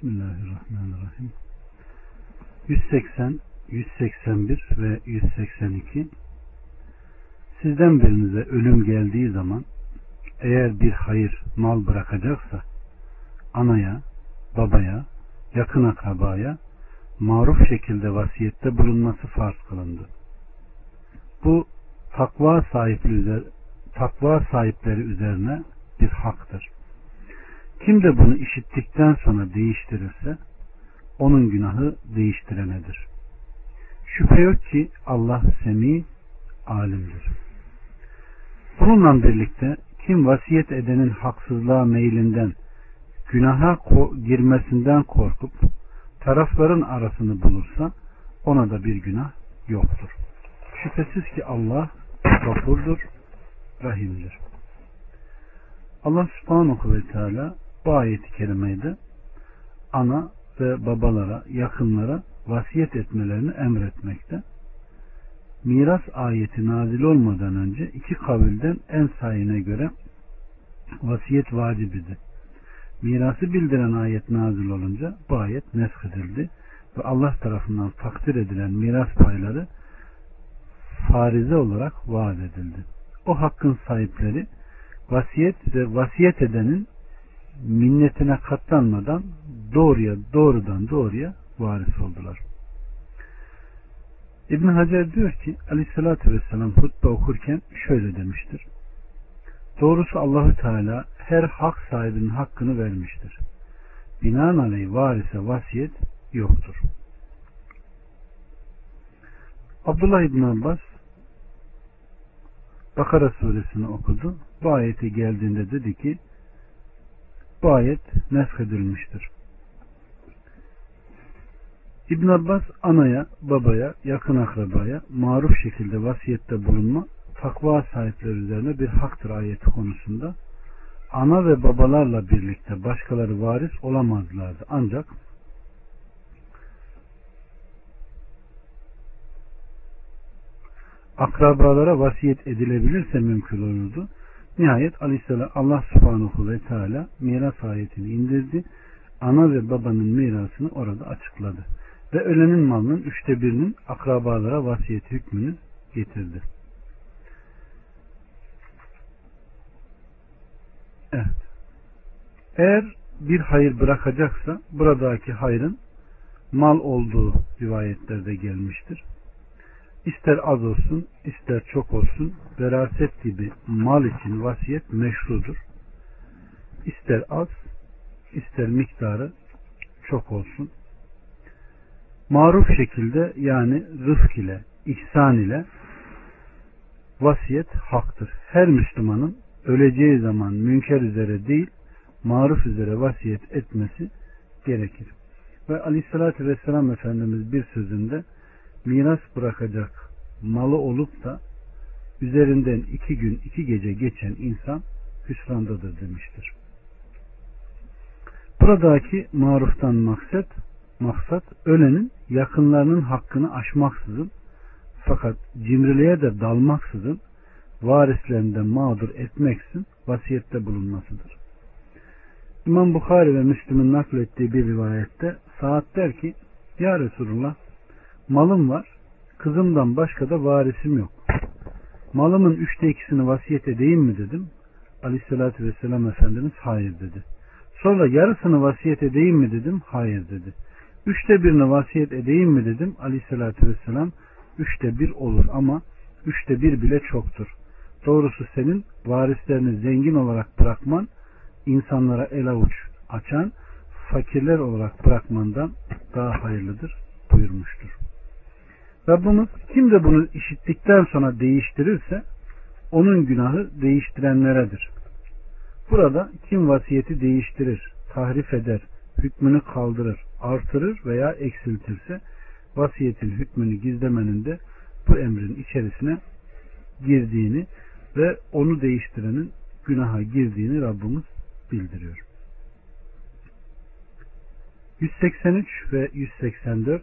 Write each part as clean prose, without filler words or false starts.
Bismillahirrahmanirrahim. 180, 181 ve 182. Sizden birinize ölüm geldiği zaman eğer bir hayır, mal bırakacaksa anaya, babaya, yakın akrabaya maruf şekilde vasiyette bulunması farz kılındı. Bu takva sahipleri üzerine bir haktır. Kim de bunu işittikten sonra değiştirirse onun günahı değiştirenedir. Şüphe yok ki Allah semi, alimdir. Bununla birlikte kim vasiyet edenin haksızlığa meylinden, günaha girmesinden korkup tarafların arasını bulursa ona da bir günah yoktur. Şüphesiz ki Allah gafurdur, rahimdir. Allah subhanahu ve teala bu ayeti kerimeyde ana ve babalara, yakınlara vasiyet etmelerini emretmekte. Miras ayeti nazil olmadan önce iki kavilden en sayine göre vasiyet vacip idi. Mirası bildiren ayet nazil olunca bu ayet nesk edildi ve Allah tarafından takdir edilen miras payları farize olarak vaat edildi. O hakkın sahipleri vasiyet ve vasiyet edenin minnetine katlanmadan doğrudan doğruya varis oldular. İbn Hacer diyor ki Aleyhisselatü Vesselam hutbe okurken şöyle demiştir. Doğrusu Allahü Teala her hak sahibinin hakkını vermiştir. Binaenaleyh varise vasiyet yoktur. Abdullah İbn Abbas Bakara suresini okudu. Bu ayete geldiğinde dedi ki bu ayet nesk edilmiştir. İbn Abbas anaya, babaya, yakın akrabaya maruf şekilde vasiyette bulunma takva sahipleri üzerine bir haktır ayeti konusunda ana ve babalarla birlikte başkaları varis olamazlardı. Ancak akrabalara vasiyet edilebilirse mümkün olurdu. Nihayet Aleyhisselam Allah subhanahu ve teala miras ayetini indirdi. Ana ve babanın mirasını orada açıkladı. Ve ölenin malının 1/3'ünün akrabalara vasiyet hükmünü getirdi. Evet. Eğer bir hayır bırakacaksa buradaki hayrın mal olduğu rivayetlerde gelmiştir. İster az olsun, ister çok olsun, veraset gibi mal için vasiyet meşrudur. İster az, ister miktarı çok olsun. Maruf şekilde yani rıfk ile, ihsan ile vasiyet haktır. Her Müslümanın öleceği zaman münker üzere değil, maruf üzere vasiyet etmesi gerekir. Ve Aleyhisselatü Vesselam Efendimiz bir sözünde miras bırakacak malı olup da üzerinden 2 gün 2 gece geçen insan hüsrandadır demiştir. Buradaki maruftan maksat ölenin yakınlarının hakkını aşmaksızın fakat cimriliğe de dalmaksızın varislerinden mağdur etmeksizin vasiyette bulunmasıdır. İmam Bukhari ve Müslim'in naklettiği bir rivayette Sa'd der ki ya Resulullah malım var, kızımdan başka da varisim yok. Malımın 2/3'ünü vasiyet edeyim mi dedim. Aleyhissalatü vesselam Efendimiz hayır dedi. Sonra yarısını vasiyet edeyim mi dedim. Hayır dedi. 1/3'ünü vasiyet edeyim mi dedim. Aleyhissalatü vesselam 1/3 olur ama 1/3 bile çoktur. Doğrusu senin varislerini zengin olarak bırakman, insanlara el avuç açan, fakirler olarak bırakmandan daha hayırlıdır buyurmuştur. Rabbimiz kim de bunu işittikten sonra değiştirirse onun günahı değiştirenleredir. Burada kim vasiyeti değiştirir, tahrif eder, hükmünü kaldırır, artırır veya eksiltirse vasiyetin hükmünü gizlemenin de bu emrin içerisine girdiğini ve onu değiştirenin günaha girdiğini Rabbimiz bildiriyor. 183 ve 184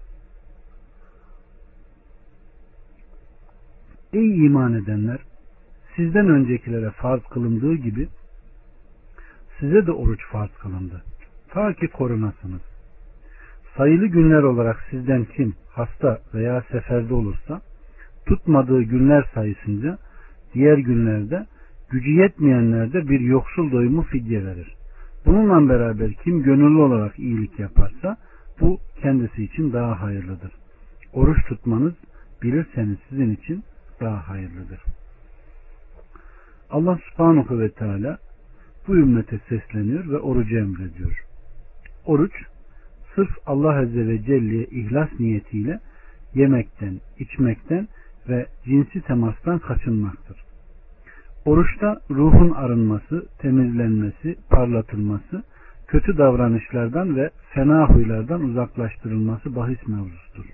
Ey iman edenler! Sizden öncekilere farz kılındığı gibi size de oruç farz kılındı. ta ki korunasınız. Sayılı günler olarak sizden kim hasta veya seferde olursa tutmadığı günler sayısınca diğer günlerde gücü yetmeyenlerde bir yoksul doyumu fidye verir. Bununla beraber kim gönüllü olarak iyilik yaparsa bu kendisi için daha hayırlıdır. Oruç tutmanız bilirseniz sizin için daha hayırlıdır. Allah subhanahu ve teala bu ümmete sesleniyor ve orucu emrediyor. Oruç sırf Allah azze ve celle'ye ihlas niyetiyle yemekten, içmekten ve cinsi temastan kaçınmaktır. Oruçta ruhun arınması, temizlenmesi, parlatılması, kötü davranışlardan ve fena huylardan uzaklaştırılması bahis mevzusudur.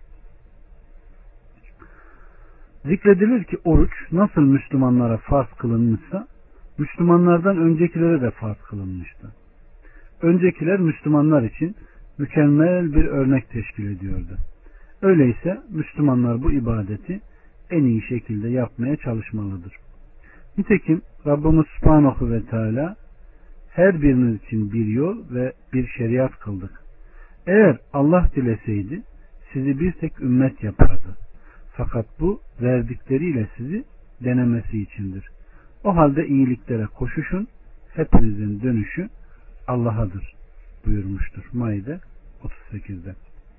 Zikredilir ki oruç nasıl Müslümanlara farz kılınmışsa, Müslümanlardan öncekilere de farz kılınmıştı. Öncekiler Müslümanlar için mükemmel bir örnek teşkil ediyordu. Öyleyse Müslümanlar bu ibadeti en iyi şekilde yapmaya çalışmalıdır. Nitekim Rabbimiz Subhanahu ve Teala her biriniz için bir yol ve bir şeriat kıldık. Eğer Allah dileseydi sizi bir tek ümmet yapardı. Fakat bu verdikleriyle sizi denemesi içindir. O halde iyiliklere koşuşun, hepinizin dönüşü Allah'adır buyurmuştur. Maide 38'de.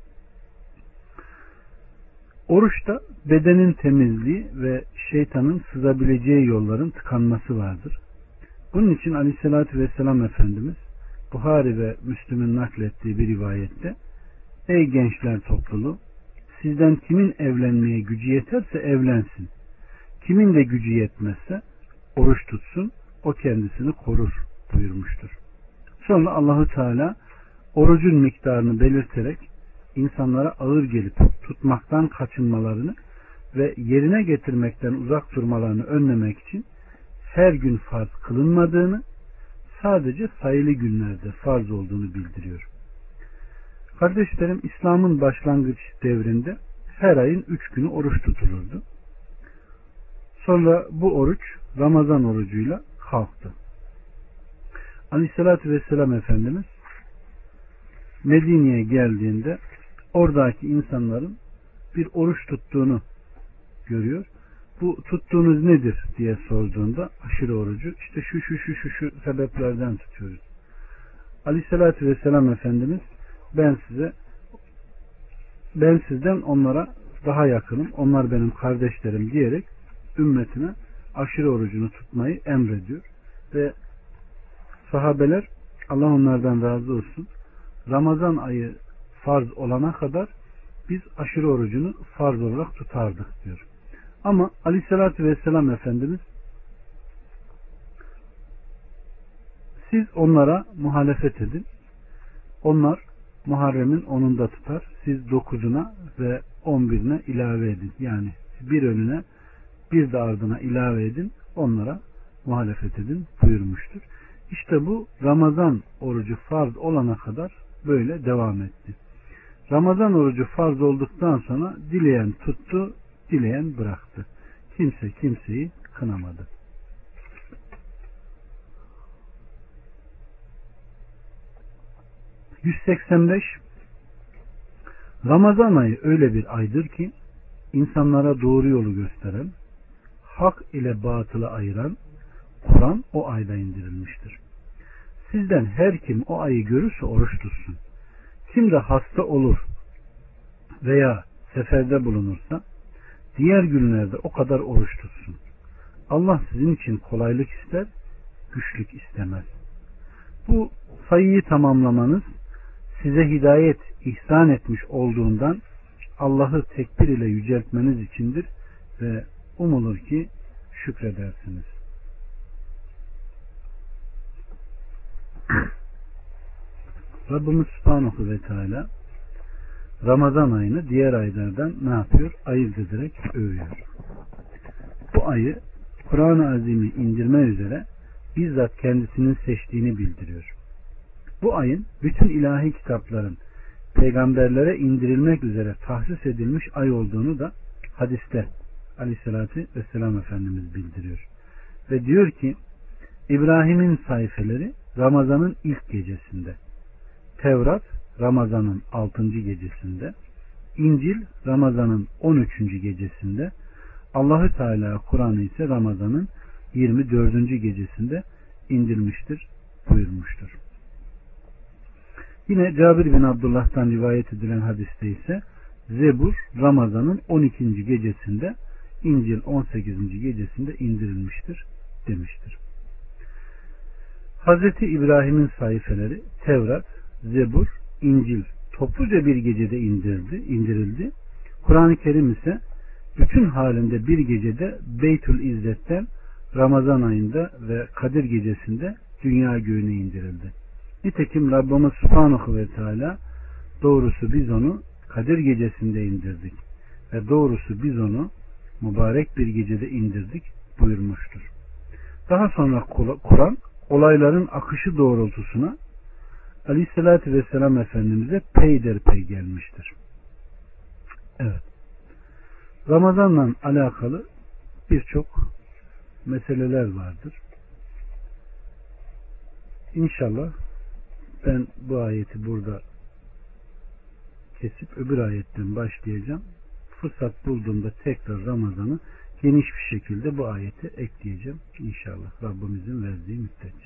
Oruçta bedenin temizliği ve şeytanın sızabileceği yolların tıkanması vardır. Bunun için Aleyhisselatü Vesselam Efendimiz Buhari ve Müslüm'ün naklettiği bir rivayette ey gençler topluluğu, sizden kimin evlenmeye gücü yeterse evlensin. Kimin de gücü yetmezse oruç tutsun, o kendisini korur buyurmuştur. Sonra Allahu Teala orucun miktarını belirterek insanlara ağır gelip tutmaktan kaçınmalarını ve yerine getirmekten uzak durmalarını önlemek için her gün farz kılınmadığını, sadece sayılı günlerde farz olduğunu bildiriyor. Kardeşlerim, İslam'ın başlangıç devrinde her ayın 3 günü oruç tutulurdu. Sonra bu oruç Ramazan orucuyla kalktı. Aleyhissalatü Vesselam Efendimiz Medine'ye geldiğinde oradaki insanların bir oruç tuttuğunu görüyor. Bu tuttuğunuz nedir diye sorduğunda aşırı orucu işte şu sebeplerden tutuyoruz. Aleyhissalatü Vesselam Efendimiz ben sizden onlara daha yakınım, onlar benim kardeşlerim diyerek ümmetine aşırı orucunu tutmayı emrediyor. Ve sahabeler, Allah onlardan razı olsun, Ramazan ayı farz olana kadar biz aşırı orucunu farz olarak tutardık diyor. Ama Aleyhisselatü Vesselam Efendimiz siz onlara muhalefet edin. Onlar Muharrem'in 10'unda tutar. Siz 9'una ve 11'ine ilave edin. Yani bir önüne bir de ardına ilave edin. Onlara muhalefet edin buyurmuştur. İşte bu Ramazan orucu farz olana kadar böyle devam etti. Ramazan orucu farz olduktan sonra dileyen tuttu, dileyen bıraktı. Kimse kimseyi kınamadı. %185 Ramazan ayı öyle bir aydır ki insanlara doğru yolu gösteren, hak ile batılı ayıran Kur'an o ayda indirilmiştir. Sizden her kim o ayı görürse oruç tutsun. Kim de hasta olur veya seferde bulunursa diğer günlerde o kadar oruç tutsun. Allah sizin için kolaylık ister, güçlük istemez. Bu sayıyı tamamlamanız size hidayet ihsan etmiş olduğundan Allah'ı tekbir ile yüceltmeniz içindir ve umulur ki şükredersiniz. Rabbimiz Subhanahu ve Teala Ramazan ayını diğer aylardan ne yapıyor? Ayırt ederek övüyor. Bu ayı Kur'an-ı Azim'i indirme üzere bizzat kendisinin seçtiğini bildiriyor. Bu ayın bütün ilahi kitapların peygamberlere indirilmek üzere tahsis edilmiş ay olduğunu da hadiste Aleyhisselatü Vesselam Efendimiz bildiriyor. Ve diyor ki İbrahim'in sayfeleri Ramazan'ın ilk gecesinde, Tevrat Ramazan'ın 6. gecesinde, İncil Ramazan'ın 13. gecesinde, Allahü Teala Kur'an'ı ise Ramazan'ın 24. gecesinde indirmiştir buyurmuştur. Yine Cabir bin Abdullah'tan rivayet edilen hadiste ise Zebur Ramazan'ın 12. gecesinde, İncil 18. gecesinde indirilmiştir demiştir. Hazreti İbrahim'in sayfeleri Tevrat, Zebur, İncil topluca bir gecede indirildi. Kur'an-ı Kerim ise bütün halinde bir gecede Beytül İzzet'ten Ramazan ayında ve Kadir gecesinde dünya göğüne indirildi. Nitekim Rabbimiz Subhanahu ve Teala doğrusu biz onu Kadir gecesinde indirdik ve doğrusu biz onu mübarek bir gecede indirdik buyurmuştur. Daha sonra Kur'an olayların akışı doğrultusuna Aleyhisselatü Vesselam Efendimiz'e peyderpey gelmiştir. Evet. Ramazan'la alakalı birçok meseleler vardır. İnşallah ben bu ayeti burada kesip öbür ayetten başlayacağım. Fırsat bulduğumda tekrar Ramazan'ı geniş bir şekilde bu ayete ekleyeceğim. İnşallah Rabbimizin verdiği müddetçe.